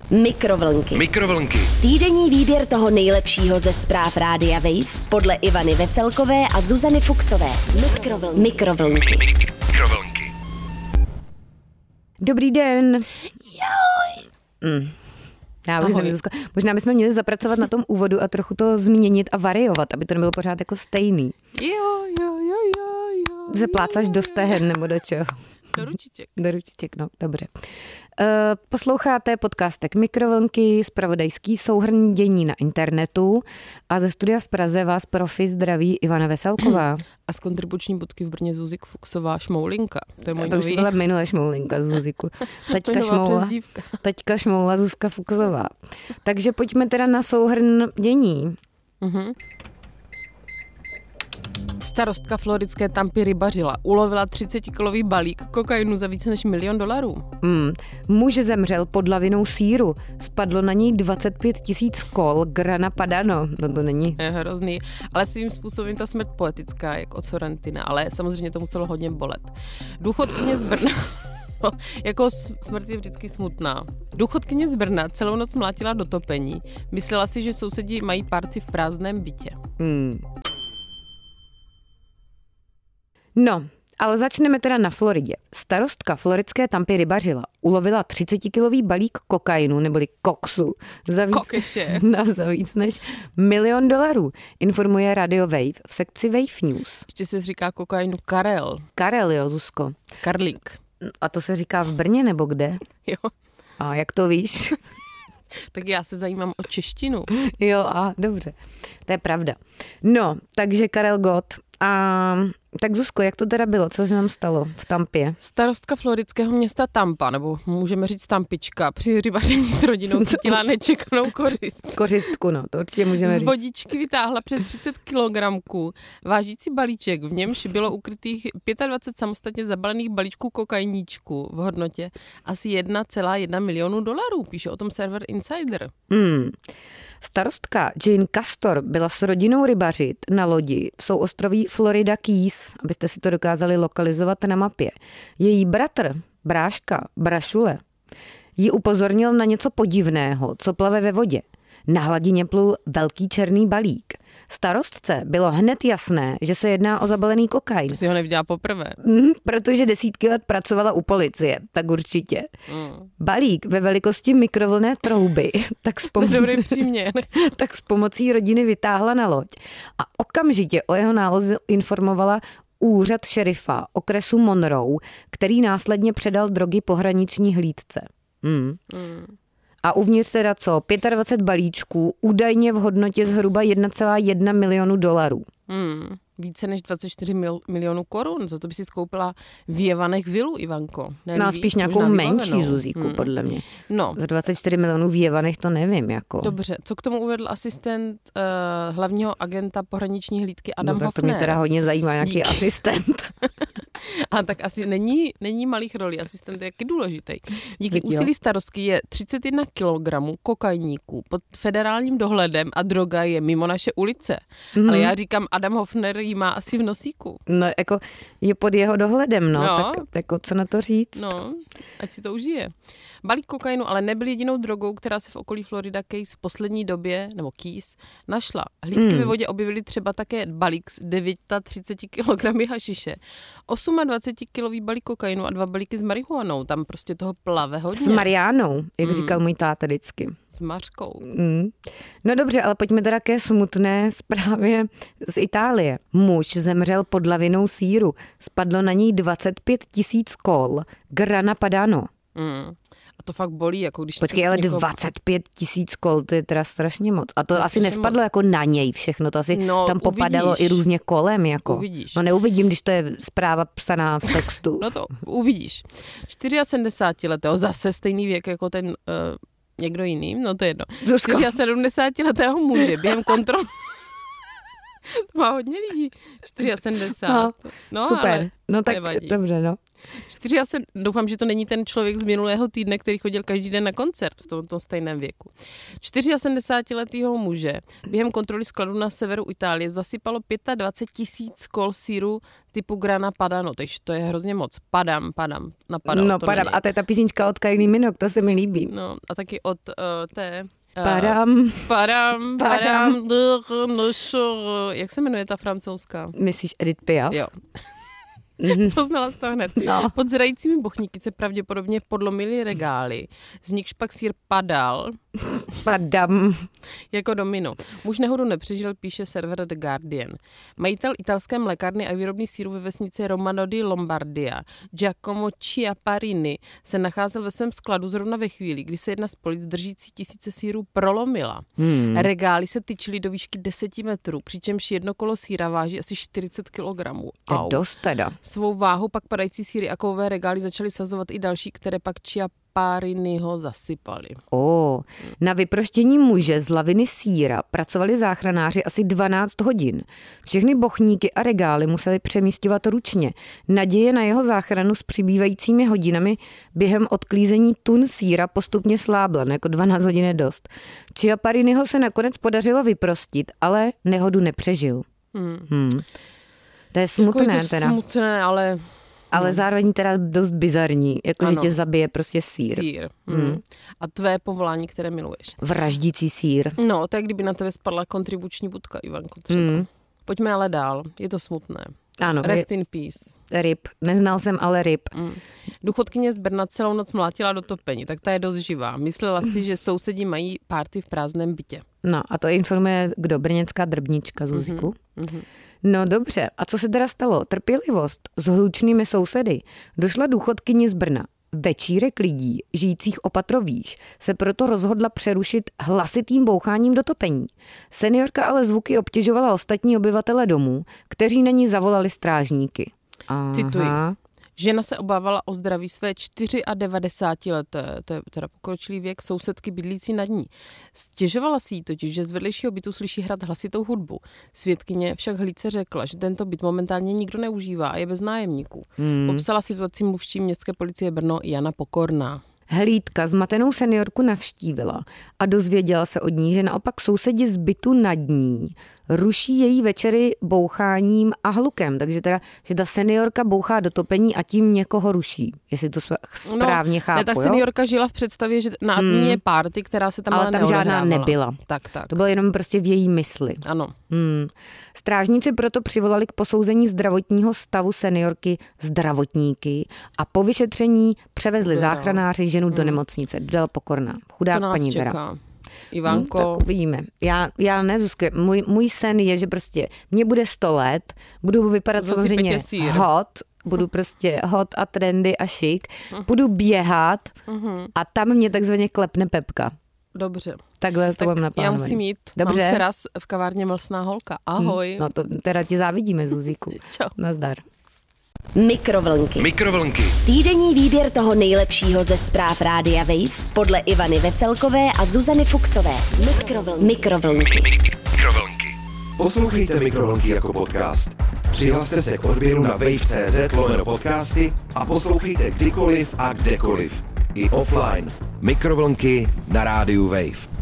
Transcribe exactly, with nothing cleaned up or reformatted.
Mikrovlnky. Mikrovlnky. Týdenní výběr toho nejlepšího ze zpráv Rádia Wave podle Ivany Veselkové a Zuzany Fuxové. Mikrovlnky. Mikrovlnky. Mikrovlnky. Dobrý den. Joj. Mm. Já už nevím, možná bychom měli zapracovat na tom úvodu a trochu to změnit a variovat, aby to nebylo pořád jako stejný. Jo, jo, jo, jo, jo. Zaplácáš do stehen nebo do čeho? Do ručiček. Do ručiček, no, dobře. Uh, posloucháte podcastek Mikrovlnky, zpravodajský souhrn dění na internetu a ze studia v Praze vás profi zdraví Ivana Veselková. A z kontribuční budky v Brně Zuzik Fuxová Šmoulinka. To je můj to nový... už byla minulé Šmoulinka z Zuziku. Taťka Šmoula, taťka Šmoula, Zuzka Fuxová. Takže pojďme teda na souhrn dění. Mhm. Starostka floridské Tampy rybařila. Ulovila třicetikilový balík kokainu za více než milion dolarů. Mm. Muž zemřel pod lavinou síru. Spadlo na něj dvacet pět tisíc kol grana padano. No to není. Je hrozný. Ale svým způsobem ta smrt poetická, jak od Sorrentina. Ale samozřejmě to muselo hodně bolet. Důchodkyně z Brna... jako smrt je vždycky smutná. Důchodkyně z Brna celou noc mlátila do topení. Myslela si, že sousedi mají party v prázdném bytě. Mm. No, ale začneme teda na Floridě. Starostka floridské Tampy rybařila. Ulovila třicetikilový balík kokainu, neboli koksu, za víc, na, za víc než milion dolarů, informuje Radio Wave v sekci Wave News. Ještě se říká kokainu Karel. Karel, jo, Zuzko. Karlík. A to se říká v Brně nebo kde? Jo. A jak to víš? Tak já se zajímám o češtinu. Jo, a dobře. To je pravda. No, takže Karel Gott. A tak Zuzko, jak to teda bylo? Co se nám stalo v Tampě? Starostka floridského města Tampa, nebo můžeme říct Tampička, při rybaření s rodinou cítila nečekanou kořist. Kořistku, no, to určitě můžeme říct. Z vodičky vytáhla přes třicet kilogramů vážící balíček, v němž bylo ukrytých dvacet pět samostatně zabalených balíčků kokainíčku v hodnotě asi jedna celá jedna milionu dolarů, píše o tom server Insider. Hmm. Starostka Jane Castor byla s rodinou rybařit na lodi v souostroví Florida Keys, abyste si to dokázali lokalizovat na mapě. Její bratr, bráška, Brašule, ji upozornil na něco podivného, co plave ve vodě. Na hladině plul velký černý balík. Starostce bylo hned jasné, že se jedná o zabalený kokain. Si ho neviděla poprvé. Mm, protože desítky let pracovala u policie, tak určitě. Mm. Balík ve velikosti mikrovlnné trouby, tak s, pomocí, Dobrý příměr. tak s pomocí rodiny vytáhla na loď a okamžitě o jeho nálozi informovala úřad šerifa okresu Monroe, který následně předal drogy pohraniční hlídce. Mm. Mm. A uvnitř teda co? dvacet pět balíčků, údajně v hodnotě zhruba jedna celá jedna milionu dolarů. Hmm, více než dvacet čtyři mil, milionů korun. Za to by si skoupila v Jevanech vilu, Ivanko. Ne, no víc, spíš nějakou menší Zuzíku, hmm. podle mě. No. Za dvacet čtyři milionů v Jevanech to nevím, jako. Dobře, co k tomu uvedl asistent uh, hlavního agenta pohraniční hlídky Adam no, tak Hoffner? To mě teda hodně zajímá, jaký Díky. asistent. A tak asi není, není malých rolí, asistent je jaký důležitý. Díky Víte, úsilí starostky je třicet jedna kilogramů kokainíků pod federálním dohledem a droga je mimo naše ulice. Mm. Ale já říkám, Adam Hoffner ji má asi v nosíku. No, jako je pod jeho dohledem, no. no. Tak jako co na to říct? No, ať si to užije. Balík kokainu ale nebyl jedinou drogou, která se v okolí Florida Keys v poslední době, nebo Keys, našla. Hlídky mm. ve vodě objevily třeba také balík s třicet devět kilogramů hašiše, dvacet osm kilový balík kokainu a dva balíky s marihuanou. Tam prostě toho plave hodně. S Mariánou, jak mm. říkal můj táta vždycky. S Mařkou. Mm. No dobře, ale pojďme teda ke smutné zprávě z Itálie. Muž zemřel pod lavinou síru. Spadlo na něj dvacet pět tisíc kol grana padano. Mm. A to fakt bolí, jako když... Počkej, ale někoho... dvacet pět tisíc kol, to je teda strašně moc. A to, to asi nespadlo moc. Jako na něj všechno, to asi no, tam popadalo uvidíš. I různě kolem, jako. Uvidíš. No neuvidím, když to je zpráva psaná v textu. No to uvidíš. sedmdesátčtyřletého, zase stejný věk jako ten... Uh, někdo jiný, no to je jedno. sedmdesátčtyřletého muže během kontrol... To má hodně lidí. sedmdesát čtyři. No, no super. Ale no tak nevadí. Dobře, no. čtyři, doufám, že to není ten člověk z minulého týdne, který chodil každý den na koncert v tomto stejném věku. sedmdesátičtyřletýho muže během kontroly skladu na severu Itálie zasypalo dvacet pět tisíc kol sýru typu Grana Padano. Takže to je hrozně moc. Padam, padam, napadalo. No to padam. není. A to je ta písnička od Kylie Minogue, to se mi líbí. No a taky od uh, té... Uh, Padam. Padam, Padam. padam, jak se jmenuje ta francouzská? Myslíš Edith Piaf? Jo. Mhm. Poznala jsi to hned. No. Pod zrajícími bochníky se pravděpodobně podlomily regály, z nichž pak sýr padal Padam. jako domino. Muž nehodu nepřežil, píše server The Guardian. Majitel italské mlékárny a výrobny sýru ve vesnici Romano di Lombardia, Giacomo Chiapparini, se nacházel ve svém skladu zrovna ve chvíli, kdy se jedna z polic držící tisíce sýrů prolomila. Hmm. Regály se tyčily do výšky deset metrů, přičemž jedno kolo sýra váží asi čtyřicet kilogramů. To je dost teda. Svou váhu pak padající sýry a kovové regály začaly sazovat i další, které pak Chiappariniho zasypali. O, na vyproštění muže z laviny sýra pracovali záchranáři asi dvanáct hodin. Všechny bochníky a regály museli přemísťovat ručně. Naděje na jeho záchranu s přibývajícími hodinami během odklízení tun sýra postupně slábla, no jako dvanáct hodin je dost. Chiappariniho se nakonec podařilo vyprostit, ale nehodu nepřežil. Hmm. Hmm. To je smutné jako je to teda. smutné, ale... Ale no. zároveň teda dost bizarní, jakože tě zabije prostě sýr. Sýr. Hmm. A tvé povolání, které miluješ. Vraždící sýr. No, tak kdyby na tebe spadla kontribuční budka, Ivanko, třeba. Hmm. Pojďme ale dál, je to smutné. Ano. Rest in peace. Ryb. Neznal jsem ale ryb. Mm. Důchodkyně z Brna celou noc mlátila do topení, tak ta je dost živá. Myslela si, že sousedí mají párty v prázdném bytě. No a to informuje kdo? Brněnská drbnička Zuziku. Mm-hmm. No dobře, a co se teda stalo? Trpělivost s hlučnými sousedy. Došla důchodkyně z Brna. Večírek lidí, žijících opatrovíš, se proto rozhodla přerušit hlasitým boucháním do topení. Seniorka ale zvuky obtěžovala ostatní obyvatele domů, kteří na ní zavolali strážníky. Aha. Cituji. Žena se obávala o zdraví své devadesátčtyřleté, to je teda pokročilý věk, sousedky bydlící nad ní. Stěžovala si jí totiž, že z vedlejšího bytu slyší hrát hlasitou hudbu. Svědkyně však hlídce řekla, že tento byt momentálně nikdo neužívá a je bez nájemníků. Hmm. Popsala situaci mluvčí městské policie Brno Jana Pokorná. Hlídka zmatenou seniorku navštívila a dozvěděla se od ní, že naopak sousedi z bytu nad ní ruší její večery boucháním a hlukem. Takže teda, že ta seniorka bouchá do topení a tím někoho ruší. Jestli to správně no, chápu, ne, ta jo? seniorka žila v představě, že na hmm. ní je party, která se tam ale, ale tam žádná nebyla. Tak, tak. To bylo jenom prostě v její mysli. Ano. Hmm. Strážníci proto přivolali k posouzení zdravotního stavu seniorky zdravotníky a po vyšetření převezli Dodal. záchranáři ženu hmm. do nemocnice. Dodal Pokorná. Chudá paní teda. Ivanko. No, tak uvidíme. Já, já ne, Zuzky, můj, můj sen je, že prostě mě bude sto let, budu vypadat Zase samozřejmě hot, budu prostě hot a trendy a šik, uh-huh. budu běhat uh-huh. a tam mě takzvaně klepne Pepka. Dobře. Takhle to tak mám naplánovaný. Já musím jít. Dobře. Mám sraz v kavárně Mlsná holka. Ahoj. Hmm, no to teda ti závidíme, Zuzíku. Čau. Nazdar. Mikrovlnky. Mikrovlnky. Týdenní výběr toho nejlepšího ze zpráv Rádia Wave podle Ivany Veselkové a Zuzany Fuxové. Mikrovlnky. Mikrovlnky. Mikrovlnky. Poslouchejte Mikrovlnky jako podcast. Přihlaste se k odběru na wave tečka cz lomeno podcasty a poslouchejte kdykoliv a kdekoliv. I offline. Mikrovlnky na rádiu Wave.